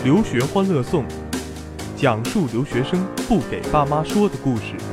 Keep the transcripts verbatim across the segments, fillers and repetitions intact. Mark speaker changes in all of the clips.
Speaker 1: 留学欢乐颂，讲述留学生不给爸妈说的故事。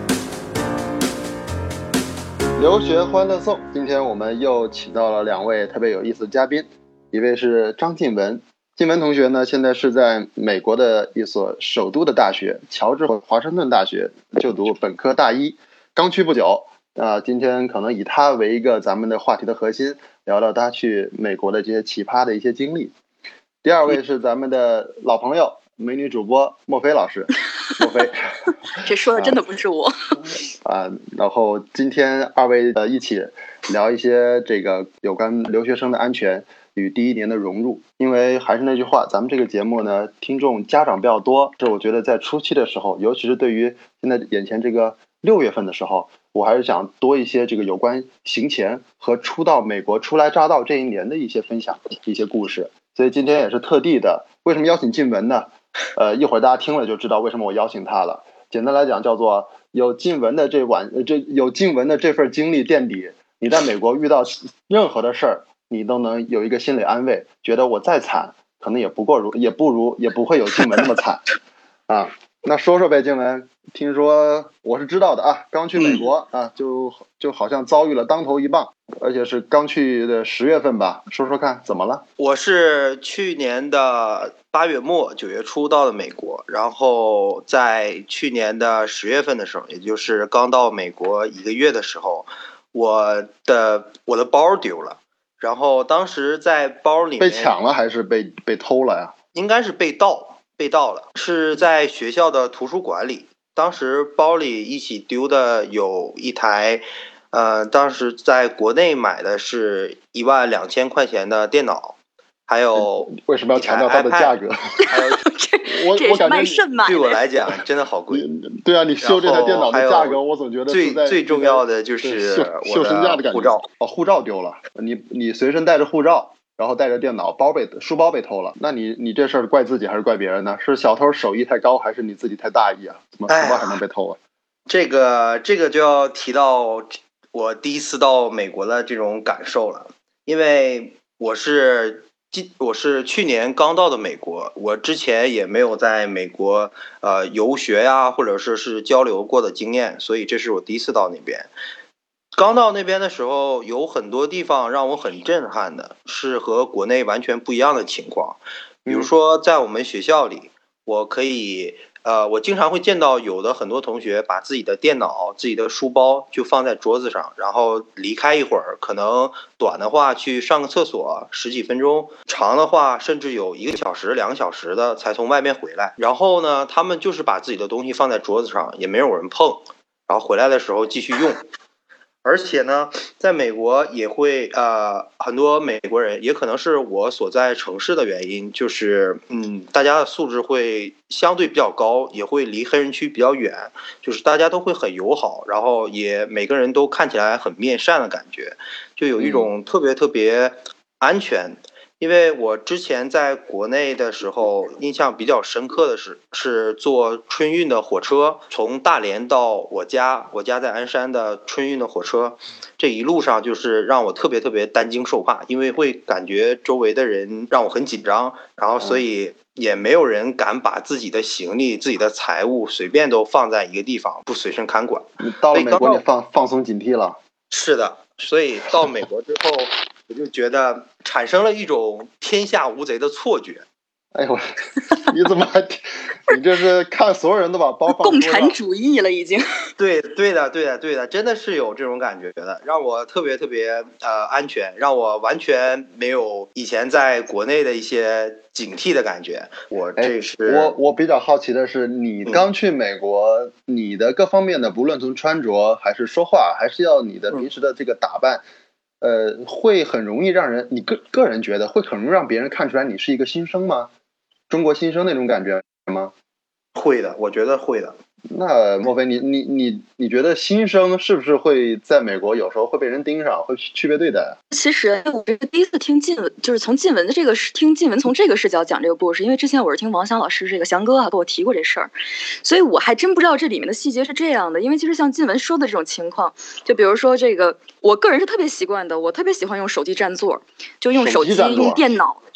Speaker 2: 留学欢乐颂，今天我们又请到了两位特别有意思的嘉宾，一位是张静文。静文同学呢，现在是在美国的一所首都的大学乔治华盛顿大学就读本科大一，刚去不久。啊，今天可能以他为一个咱们的话题的核心，聊聊他去美国的这些奇葩的一些经历。第二位是咱们的老朋友，美女主播莫菲老师。莫菲，
Speaker 3: 这说的真的不是我
Speaker 2: 啊。然后今天二位呃一起聊一些这个有关留学生的安全与第一年的融入。因为还是那句话，咱们这个节目呢，听众家长比较多，这我觉得在初期的时候，尤其是对于现在眼前这个六月份的时候，我还是想多一些这个有关行前和初到美国初来乍到这一年的一些分享，一些故事。所以今天也是特地的，为什么邀请静文呢？呃，一会儿大家听了就知道为什么我邀请他了。简单来讲，叫做有静文的这碗，这有静文的这份经历垫底，你在美国遇到任何的事儿，你都能有一个心理安慰，觉得我再惨，可能也不过如，也不如，也不会有静文那么惨啊。那说说呗，静文，听说我是知道的啊，刚去美国、嗯、啊，就就好像遭遇了当头一棒，而且是刚去的十月份吧，说说看怎么了？
Speaker 4: 我是去年的八月末九月初到的美国，然后在去年的十月份的时候，也就是刚到美国一个月的时候，我的我的包丢了，然后当时在包里面
Speaker 2: 被抢了还是被被偷了呀？
Speaker 4: 应该是被盗。被盗了，是在学校的图书馆里。当时包里一起丢的有一台，呃，当时在国内买的是一万两千块钱的电脑，还有
Speaker 2: 为什么要强调它的价格？
Speaker 4: 还有
Speaker 2: 我我感觉
Speaker 4: 对我来讲真的好贵。
Speaker 2: 对啊，你秀这台电脑的价格，我总觉得
Speaker 4: 最最重要的就是
Speaker 2: 秀身价的感觉。
Speaker 4: 护照
Speaker 2: 哦，护照丢了，你你随身带着护照。然后带着电脑，包被书包被偷了，那你你这事儿怪自己还是怪别人呢？是小偷手艺太高，还是你自己太大意啊？怎么书包还能被偷啊？
Speaker 4: 这个这个就要提到我第一次到美国的这种感受了，因为我是我是去年刚到的美国，我之前也没有在美国呃游学呀，或者是是交流过的经验，所以这是我第一次到那边。刚到那边的时候，有很多地方让我很震撼的，是和国内完全不一样的情况。比如说，在我们学校里，我可以，呃，我经常会见到有的很多同学把自己的电脑、自己的书包就放在桌子上，然后离开一会儿，可能短的话去上个厕所十几分钟，长的话甚至有一个小时、两个小时的才从外面回来。然后呢，他们就是把自己的东西放在桌子上，也没有人碰，然后回来的时候继续用。而且呢，在美国也会呃，很多美国人也可能是我所在城市的原因，就是嗯，大家的素质会相对比较高，也会离黑人区比较远，就是大家都会很友好，然后也每个人都看起来很面善的感觉，就有一种特别特别安全。因为我之前在国内的时候，印象比较深刻的是，是坐春运的火车，从大连到我家，我家在鞍山的春运的火车，这一路上就是让我特别特别担惊受怕，因为会感觉周围的人让我很紧张，然后所以也没有人敢把自己的行李、自己的财物随便都放在一个地方，不随身看管。
Speaker 2: 你到了美国，你放放松警惕了。
Speaker 4: 是的，所以到美国之后，我就觉得产生了一种天下无贼的错觉。
Speaker 2: 哎呦，你怎么还？你这是看所有人都把包放
Speaker 3: 共产主义了，已经。
Speaker 4: 对对的，对的，对的，真的是有这种感觉的，让我特别特别呃安全，让我完全没有以前在国内的一些警惕的感觉。我这是
Speaker 2: 我我比较好奇的是，你刚去美国，嗯、你的各方面的，不论从穿着还是说话，还是要你的平时的这个打扮。嗯呃，会很容易让人，你个个人觉得会很容易让别人看出来你是一个新生吗？中国新生那种感觉吗？
Speaker 4: 会的，我觉得会的。
Speaker 2: 那莫非你你你你觉得新生是不是会在美国有时候会被人盯上，会区别对待？
Speaker 3: 其实我是第一次听静文，就是从静文的这个听静文从这个视角讲这个故事，因为之前我是听王翔老师这个翔哥啊跟我提过这事儿，所以我还真不知道这里面的细节是这样的。因为其实像静文说的这种情况，就比如说这个，我个人是特别习惯的，我特别喜欢用手机占座，就用手机用电脑。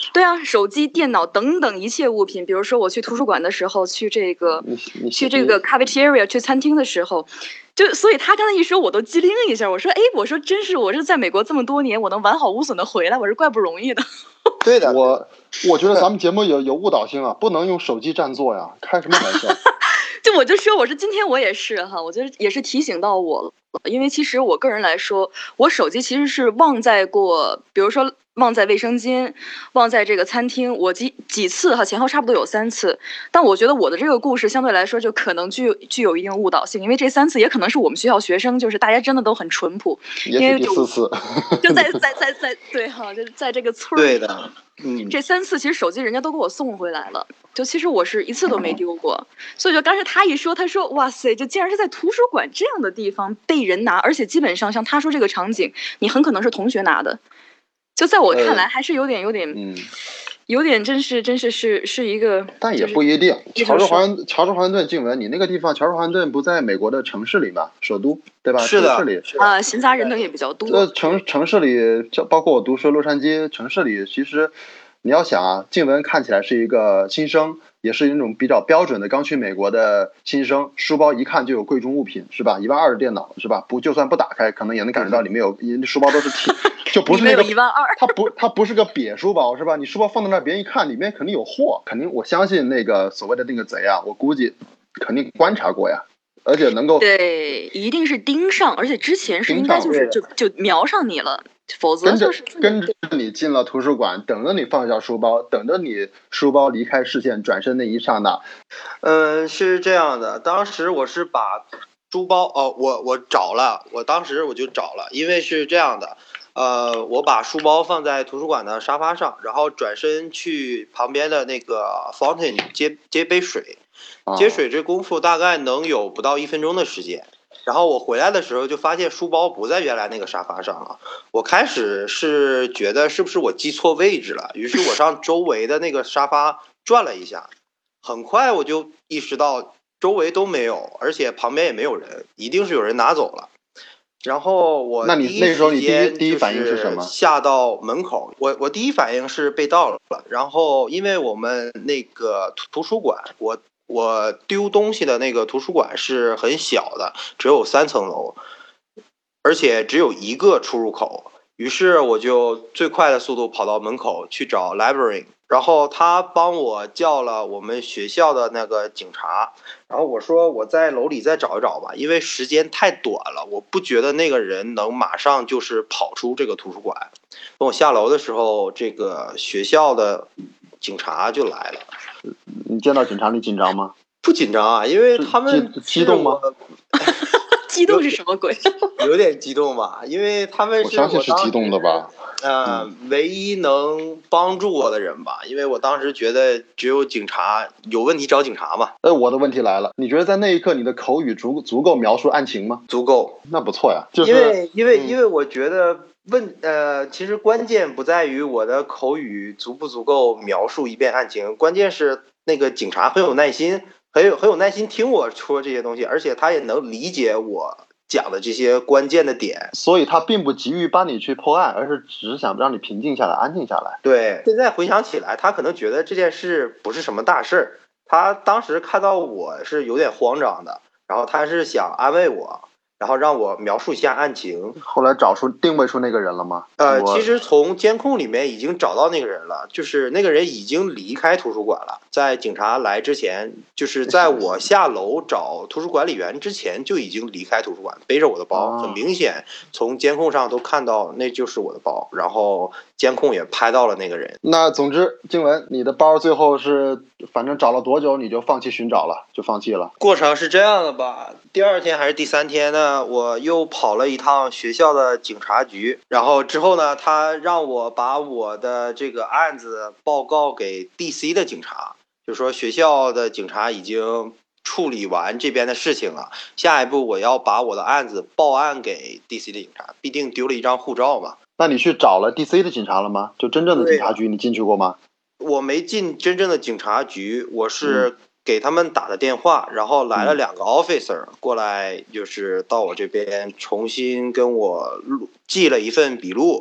Speaker 3: 对啊，手机、电脑等等一切物品，比如说我去图书馆的时候，去这个
Speaker 2: 你你
Speaker 3: 去这个 cafeteria 去餐厅的时候，就所以他刚才一说，我都机灵一下，我说哎，我说真是，我是在美国这么多年，我能完好无损的回来，我是怪不容易的。
Speaker 4: 对的，
Speaker 2: 我我觉得咱们节目有有误导性啊，不能用手机占座呀，开什么玩笑？
Speaker 3: 就我就说，我是今天我也是哈，我觉得也是提醒到我了，因为其实我个人来说，我手机其实是忘在过，比如说忘在卫生间，忘在这个餐厅，我几几次哈，前后差不多有三次。但我觉得我的这个故事相对来说就可能具有具有一定误导性，因为这三次也可能是我们学校学生，就是大家真的都很淳朴，因
Speaker 2: 也
Speaker 3: 为就
Speaker 2: 许第四次，
Speaker 3: 就在在在在对哈，就在这个村儿里。
Speaker 4: 对的，嗯，
Speaker 3: 这三次其实手机人家都给我送回来了，就其实我是一次都没丢过，所以就当时他一说，他说哇塞，就竟然是在图书馆这样的地方被人拿，而且基本上像他说这个场景，你很可能是同学拿的，就在我看来还是有点有点，
Speaker 2: 嗯，
Speaker 3: 有点真是真是是是一个，
Speaker 2: 但也不一定。
Speaker 3: 就是
Speaker 2: 乔治华盛乔治华盛顿静文，你那个地方，乔治华盛顿不在美国的城市里嘛，首都对吧？
Speaker 4: 是的，
Speaker 2: 城市里
Speaker 3: 啊，闲杂人等也比较多。
Speaker 2: 这城城市里，这包括我读书洛杉矶城市里，其实你要想啊，静文看起来是一个新生，也是那种比较标准的刚去美国的新生，书包一看就有贵重物品，是吧？一万二的电脑是吧？不，就算不打开，可能也能感觉到里面有，书包都是铁，就不是那个
Speaker 3: 一万二，
Speaker 2: 它不它不是个瘪书包是吧？你书包放在那儿，别人一看里面肯定有货，肯定我相信那个所谓的那个贼啊，我估计肯定观察过呀。而且能够
Speaker 3: 对，一定是盯上，而且之前是应该就是就就瞄上你了，否则就是
Speaker 2: 跟着你进了图书馆，等着你放下书包，等着你书包离开视线转身那一刹那。
Speaker 4: 嗯，是这样的，当时我是把书包哦，我我找了，我当时我就找了，因为是这样的，呃，我把书包放在图书馆的沙发上，然后转身去旁边的那个 fountain 接接杯水。接水这功夫大概能有不到一分钟的时间，然后我回来的时候就发现书包不在原来那个沙发上了。我开始是觉得是不是我记错位置了，于是我上周围的那个沙发转了一下，很快我就意识到周围都没有，而且旁边也没有人，一定是有人拿走了。然后我
Speaker 2: 那你那时候你第一第一反应是什么？
Speaker 4: 下到门口，我我第一反应是被盗了。然后因为我们那个图书馆，我。我丢东西的那个图书馆是很小的，只有三层楼，而且只有一个出入口。于是我就最快的速度跑到门口去找 library， 然后他帮我叫了我们学校的那个警察，然后我说我在楼里再找一找吧，因为时间太短了，我不觉得那个人能马上就是跑出这个图书馆。等我下楼的时候，这个学校的警察就来了。
Speaker 2: 你见到警察你紧张吗？
Speaker 4: 不紧张啊，因为他们
Speaker 2: 激动吗？
Speaker 3: 激动是什么鬼？
Speaker 4: 有点激动吧，因为他们是
Speaker 2: 我相信是激动的吧。
Speaker 4: 呃、嗯，唯一能帮助我的人吧，因为我当时觉得只有警察有问题找警察嘛。
Speaker 2: 呃，我的问题来了，你觉得在那一刻你的口语足足够描述案情吗？
Speaker 4: 足够，
Speaker 2: 那不错呀。就是、
Speaker 4: 因为因为、
Speaker 2: 嗯、
Speaker 4: 因为我觉得问呃，其实关键不在于我的口语足不足够描述一遍案情，关键是那个警察很有耐心。很有很有耐心听我说这些东西，而且他也能理解我讲的这些关键的点，
Speaker 2: 所以他并不急于帮你去破案，而是只是想让你平静下来，安静下来。
Speaker 4: 对，现在回想起来，他可能觉得这件事不是什么大事儿，他当时看到我是有点慌张的，然后他是想安慰我，然后让我描述一下案情。
Speaker 2: 后来找出定位出那个人了吗？
Speaker 4: 呃，其实从监控里面已经找到那个人了，就是那个人已经离开图书馆了，在警察来之前，就是在我下楼找图书管理员之前就已经离开图书馆，背着我的包，很明显从监控上都看到那就是我的包，然后监控也拍到了那个人。
Speaker 2: 那总之，静文，你的包最后是反正找了多久你就放弃寻找了，就放弃了？
Speaker 4: 过程是这样的吧，第二天还是第三天呢，我又跑了一趟学校的警察局，然后之后呢，他让我把我的这个案子报告给 D C 的警察，就说学校的警察已经处理完这边的事情了，下一步我要把我的案子报案给 D C 的警察，毕竟丢了一张护照嘛。
Speaker 2: 那你去找了 D C 的警察了吗？就真正的警察局你进去过吗？
Speaker 4: 我没进真正的警察局，我是给他们打的电话，然后来了两个 officer 过来，就是到我这边重新跟我记了一份笔录，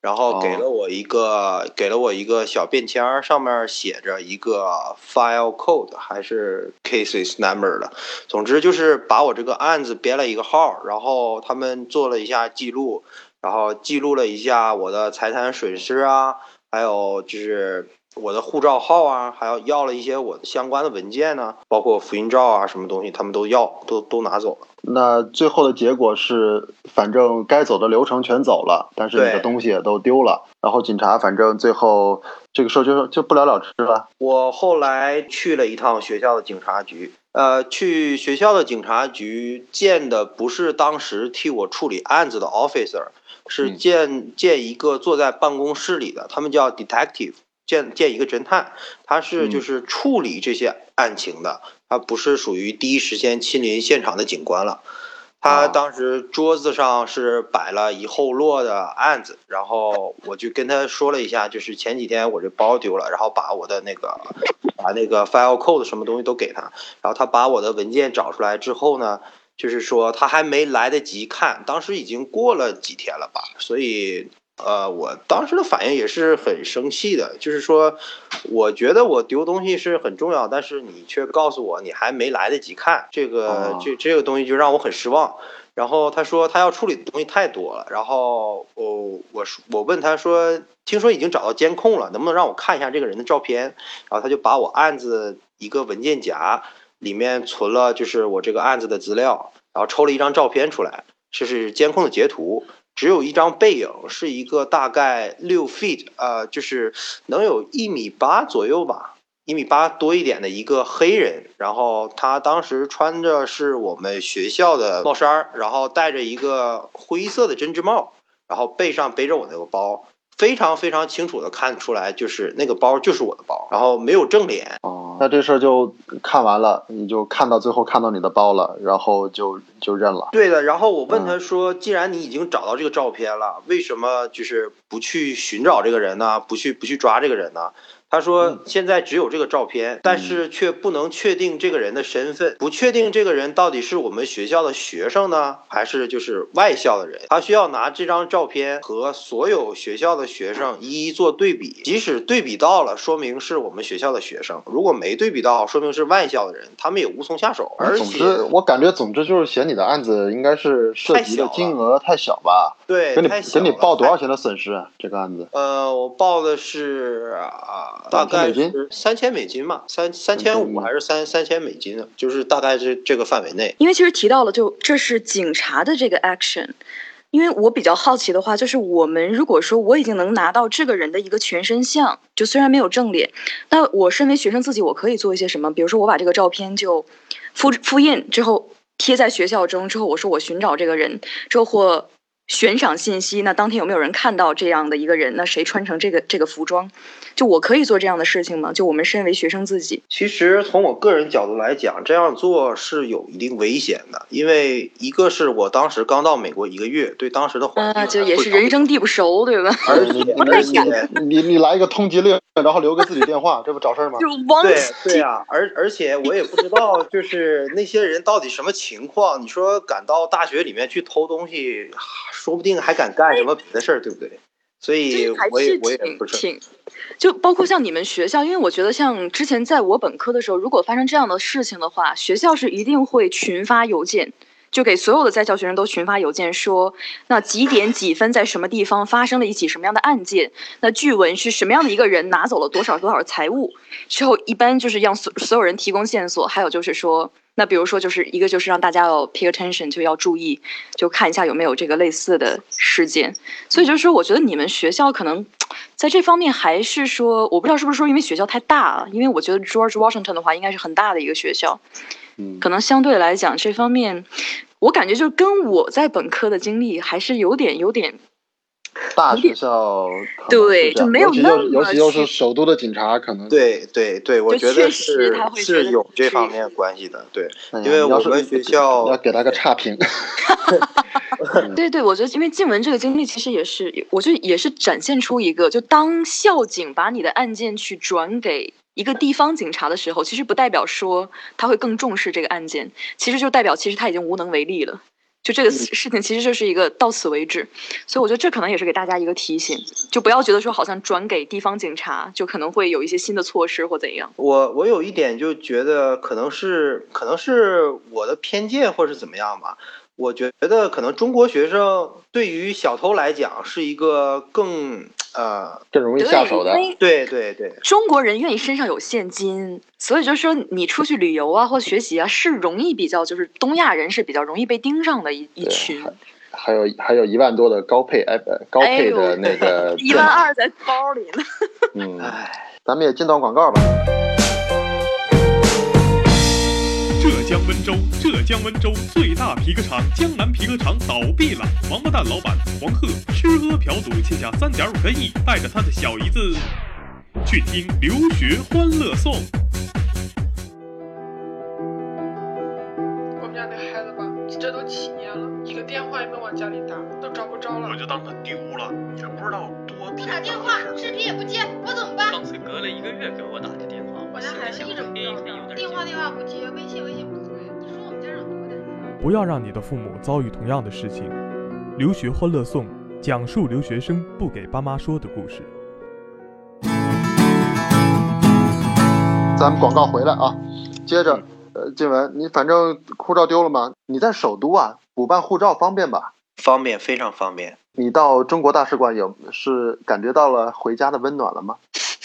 Speaker 4: 然后给了我一个、哦、给了我一个小便签，上面写着一个 file code 还是 cases number 的，总之就是把我这个案子编了一个号，然后他们做了一下记录，然后记录了一下我的财产损失啊，还有就是我的护照号啊，还有要了一些我的相关的文件呢、啊，包括复印照啊什么东西，他们都要，都都拿走了。
Speaker 2: 那最后的结果是，反正该走的流程全走了，但是你的东西也都丢了。然后警察反正最后这个事儿就就不了了之了。我
Speaker 4: 后来去了一趟学校的警察局，呃，去学校的警察局见的不是当时替我处理案子的 officer， 是见、嗯、见一个坐在办公室里的，他们叫 detective。见见一个侦探，他是就是处理这些案情的，嗯、他不是属于第一时间亲临现场的警官了。他当时桌子上是摆了一后摞的案子，然后我就跟他说了一下，就是前几天我这包丢了，然后把我的那个把那个 file code 什么东西都给他，然后他把我的文件找出来之后呢，就是说他还没来得及看，当时已经过了几天了吧，所以。呃，我当时的反应也是很生气的，就是说，我觉得我丢东西是很重要，但是你却告诉我你还没来得及看，这个、哦、这这个东西就让我很失望。然后他说他要处理的东西太多了，然后我我我问他说，听说已经找到监控了，能不能让我看一下这个人的照片？然后他就把我案子一个文件夹里面存了就是我这个案子的资料，然后抽了一张照片出来，这是监控的截图。只有一张背影，是一个大概六 feet， 呃，就是能有一米八左右吧，一米八多一点的一个黑人。然后他当时穿着是我们学校的帽衫，然后戴着一个灰色的针织帽，然后背上背着我那个包，非常非常清楚的看出来，就是那个包就是我的包，然后没有正脸。
Speaker 2: 哦，那这事儿就看完了，你就看到最后看到你的包了，然后就就认了。
Speaker 4: 对的，然后我问他说，既然你已经找到这个照片了，为什么就是不去寻找这个人呢？不去不去抓这个人呢？他说现在只有这个照片，但是却不能确定这个人的身份，不确定这个人到底是我们学校的学生呢，还是就是外校的人。他需要拿这张照片和所有学校的学生一一做对比，即使对比到了，说明是我们学校的学生；如果没对比到，说明是外校的人，他们也无从下手。而
Speaker 2: 总之，我感觉总之就是写你的案子应该是涉及的金额太小吧？
Speaker 4: 对，
Speaker 2: 给你给你报多少钱的损失啊？这个案子？
Speaker 4: 呃，我报的是啊。大概是三千美金嘛，三三千五还是三三千美金呢？就是大概是这个范围内。
Speaker 3: 因为其实提到了就，就这是警察的这个 action。因为我比较好奇的话，就是我们如果说我已经能拿到这个人的一个全身像，就虽然没有正脸，那我身为学生自己，我可以做一些什么？比如说我把这个照片就复复印之后贴在学校中，之后我说我寻找这个人，之后或悬赏信息，那当天有没有人看到这样的一个人？那谁穿成这个这个服装？就我可以做这样的事情吗？就我们身为学生自己，
Speaker 4: 其实从我个人角度来讲，这样做是有一定危险的，因为一个是我当时刚到美国一个月，对当时的环境、
Speaker 3: 啊、就也是人生地不熟，对吧？
Speaker 4: 而且而且
Speaker 2: 你你来一个通缉令，然后留个自己电话，这不找事儿吗？
Speaker 4: 对对啊，而而且我也不知道，就是那些人到底什么情况？你说敢到大学里面去偷东西，说不定还敢干什么别的事儿，对不对？所以我也我也不是
Speaker 3: 挺，就包括像你们学校，因为我觉得像之前在我本科的时候，如果发生这样的事情的话，学校是一定会群发邮件，就给所有的在校学生都群发邮件说，那几点几分在什么地方发生了一起什么样的案件，那据闻是什么样的一个人拿走了多少多少财物，之后一般就是让所所有人提供线索，还有就是说。那比如说，就是一个就是让大家要 pay attention， 就要注意，就看一下有没有这个类似的事件。所以就是说，我觉得你们学校可能在这方面还是说，我不知道是不是说因为学校太大了，因为我觉得 George Washington 的话应该是很大的一个学校，
Speaker 2: 嗯，
Speaker 3: 可能相对来讲这方面，我感觉就跟我在本科的经历还是有点有点。
Speaker 2: 大学校
Speaker 3: 对，就没有那么，
Speaker 2: 尤其又是首都的警察，可能
Speaker 4: 对对对，我觉得是是有这方面关系的，对，因为我们学校
Speaker 2: 要给他个差评。
Speaker 3: 对对，我觉得因为静文这个经历其实也是，我觉得也是展现出一个，就当校警把你的案件去转给一个地方警察的时候，其实不代表说他会更重视这个案件，其实就代表其实他已经无能为力了。 就这个事情其实就是一个到此为止，所以我觉得这可能也是给大家一个提醒，就不要觉得说好像转给地方警察就可能会有一些新的措施或怎样。
Speaker 4: 我我有一点就觉得可能是可能是我的偏见或是怎么样吧。我觉得可能中国学生对于小偷来讲是一个更呃
Speaker 2: 更容易下手的。
Speaker 4: 对对对，
Speaker 3: 中国人愿意身上有现金，所以就是说你出去旅游啊或学习啊是容易比较，就是东亚人是比较容易被盯上的一一群。
Speaker 2: 还有还有一万多的高配哎高配的那个
Speaker 3: 一万二在包里呢。
Speaker 2: 嗯，咱们也进段广告吧。
Speaker 1: 浙江温州，浙江温州最大皮革厂江南皮革厂倒闭了，王八蛋老板黄鹤吃喝嫖赌欠下三点五个亿，带着他的小姨子去听留学欢乐颂。
Speaker 5: 我们家那孩子吧，这都七年了，一个电话也没往家里打，都找不着了。
Speaker 6: 我就当他丢了，也不知道多
Speaker 7: 不打电话，视频也不接，我怎么办？
Speaker 8: 上次隔了一个月给我打的电话，
Speaker 7: 我家孩子一直不着调，电话电话不接，微信微信不回，你说我们家长多担心。
Speaker 1: 不要让你的父母遭遇同样的事情。留学欢乐颂，讲述留学生不给爸妈说的故事。
Speaker 2: 咱们广告回来啊，接着，呃，静文，你反正护照丢了吗？你在首都啊，补办护照方便吧？
Speaker 4: 方便，非常方便。
Speaker 2: 你到中国大使馆有是感觉到了回家的温暖了吗？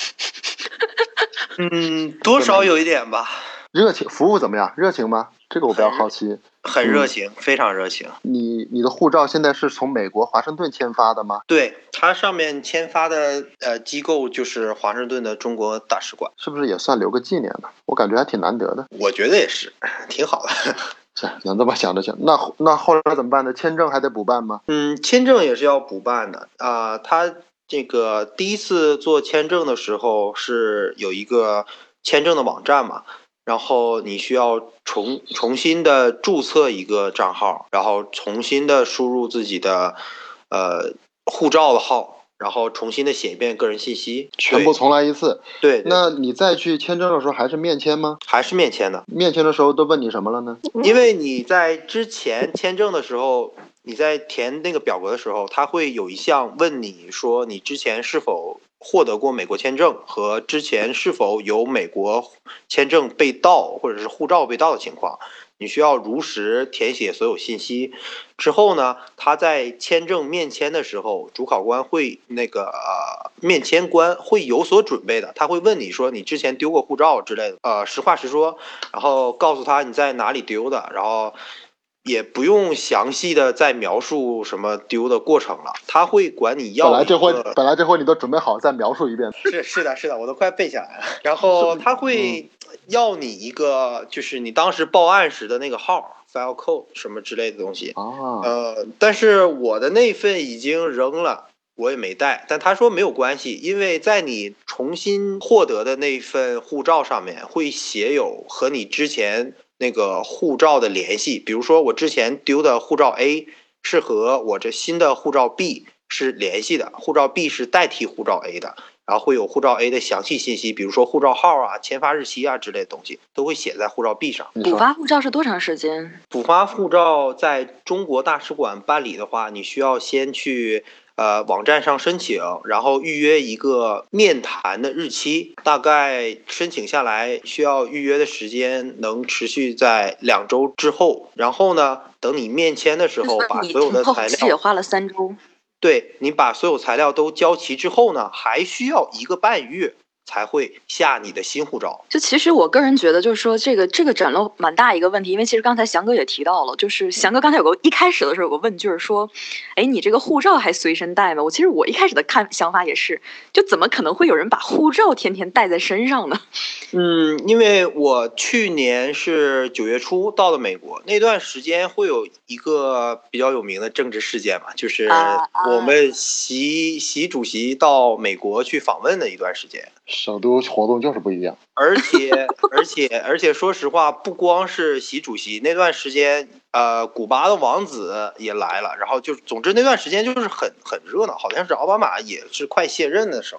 Speaker 4: 嗯，多少有一点吧。
Speaker 2: 热情，服务怎么样？热情吗？这个我比较好奇。
Speaker 4: 很热情，嗯、非常热情。
Speaker 2: 你你的护照现在是从美国华盛顿签发的吗？
Speaker 4: 对，它上面签发的呃机构就是华盛顿的中国大使馆，
Speaker 2: 是不是也算留个纪念呢？我感觉还挺难得的。
Speaker 4: 我觉得也是，挺好的。
Speaker 2: 是，能这么想就行。那那后来怎么办呢？签证还得补办吗？
Speaker 4: 嗯，签证也是要补办的啊、呃。他这个第一次做签证的时候是有一个签证的网站嘛。然后你需要重重新的注册一个账号，然后重新的输入自己的呃护照的号，然后重新的写一遍个人信息，
Speaker 2: 全部重来一次。
Speaker 4: 对，对
Speaker 2: 那你再去签证的时候还是面签吗？
Speaker 4: 还是面签的。
Speaker 2: 面签的时候都问你什么了呢？
Speaker 4: 因为你在之前签证的时候，你在填那个表格的时候，他会有一项问你说你之前是否获得过美国签证和之前是否有美国签证被盗或者是护照被盗的情况，你需要如实填写所有信息。之后呢，他在签证面签的时候，主考官会那个呃面签官会有所准备的，他会问你说你之前丢过护照之类的，呃实话实说，然后告诉他你在哪里丢的，然后也不用详细的再描述什么丢的过程了，他会管你要。
Speaker 2: 本来这回本来这回你都准备好再描述一遍。
Speaker 4: 是是的是的，我都快背下来了。然后他会要你一个就是你当时报案时的那个号 file code 什么之类的东西。
Speaker 2: 啊。
Speaker 4: 呃，但是我的那份已经扔了，我也没带。但他说没有关系，因为在你重新获得的那份护照上面会写有和你之前那个护照的联系，比如说我之前丢的护照 A 是和我这新的护照 B 是联系的，护照 B 是代替护照 A 的，然后会有护照 A 的详细信息，比如说护照号啊、签发日期啊之类的东西都会写在护照 B 上。
Speaker 3: 补发护照是多长时间？
Speaker 4: 补发护照在中国大使馆办理的话，你需要先去呃，网站上申请，然后预约一个面谈的日期，大概申请下来需要预约的时间能持续在两周之后。然后呢，等你面签的时候，把所有的材料
Speaker 3: 也花了三周。
Speaker 4: 对，你把所有材料都交齐之后呢，还需要一个半月才会下你的新护照。
Speaker 3: 就其实我个人觉得，就是说这个这个展露蛮大一个问题，因为其实刚才翔哥也提到了，就是翔哥刚才有个一开始的时候有个问句是说，哎，你这个护照还随身带吗？我其实我一开始的看想法也是，就怎么可能会有人把护照天天带在身上呢？
Speaker 4: 嗯，因为我去年是九月初到了美国，那段时间会有一个比较有名的政治事件嘛，就是我们习习主席到美国去访问的一段时间。
Speaker 2: 首都活动就是不一样，
Speaker 4: 而且而且而且说实话，不光是习主席那段时间，呃，古巴的王子也来了，然后就总之那段时间就是很很热闹，好像是奥巴马也是快卸任的时候了，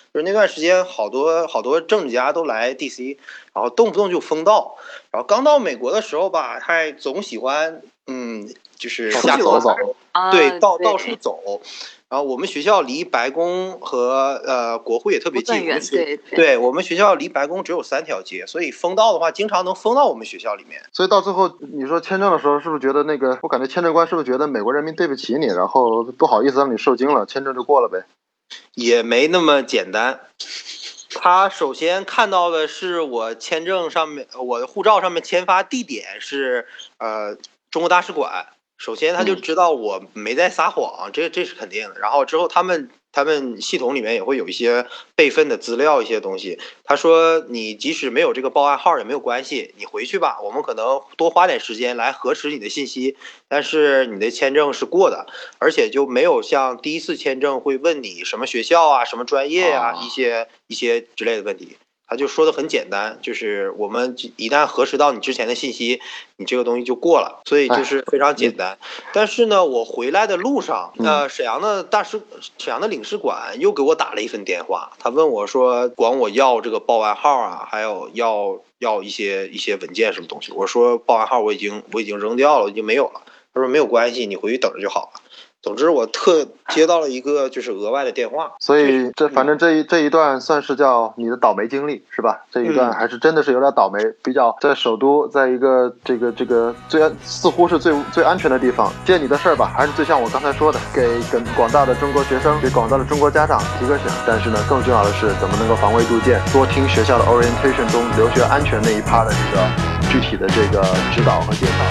Speaker 4: 就是那段时间好多好多政治家都来 D C， 然后动不动就封道。然后刚到美国的时候吧，还总喜欢嗯，就是瞎
Speaker 2: 走走，
Speaker 4: 对，到到处走。然后我们学校离白宫和呃国会也特别近，
Speaker 3: 远，对，
Speaker 4: 对，我们学校离白宫只有三条街，所以封道的话，经常能封到我们学校里面。
Speaker 2: 所以到最后，你说签证的时候，是不是觉得那个？我感觉签证官是不是觉得美国人民对不起你，然后不好意思让你受惊了，签证就过了呗？
Speaker 4: 也没那么简单。他首先看到的是我签证上面，我的护照上面签发地点是呃中国大使馆。首先他就知道我没在撒谎，这这是肯定的。然后之后他们他们系统里面也会有一些备份的资料，一些东西。他说你即使没有这个报案号也没有关系，你回去吧，我们可能多花点时间来核实你的信息，但是你的签证是过的，而且就没有像第一次签证会问你什么学校啊、什么专业啊、一些一些之类的问题。他就说的很简单，就是我们一旦核实到你之前的信息，你这个东西就过了，所以就是非常简单。但是呢，我回来的路上，呃，沈阳的大使沈阳的领事馆又给我打了一份电话，他问我说，管我要这个报案号啊，还有要要一些一些文件什么东西。我说报案号我已经我已经扔掉了，已经没有了。他说没有关系，你回去等着就好了。总之，我特接到了一个就是额外的电话，
Speaker 2: 所以这反正这一这一段算是叫你的倒霉经历是吧？这一段还是真的是有点倒霉，比较在首都，在一个这个这个最安似乎是最最安全的地方，借你的事儿吧，还是最像我刚才说的，给跟广大的中国学生，给广大的中国家长提个醒。但是呢，更重要的是怎么能够防微杜渐，多听学校的 orientation 中留学安全那一趴的这个具体的这个指导和介绍。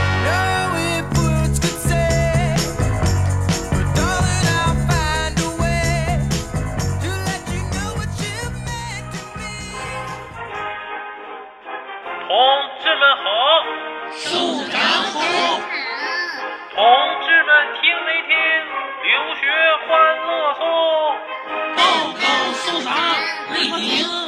Speaker 8: 同志们好，
Speaker 9: 署长好，
Speaker 8: 同志们听没听？留学欢乐颂，
Speaker 9: 报告署长，没听。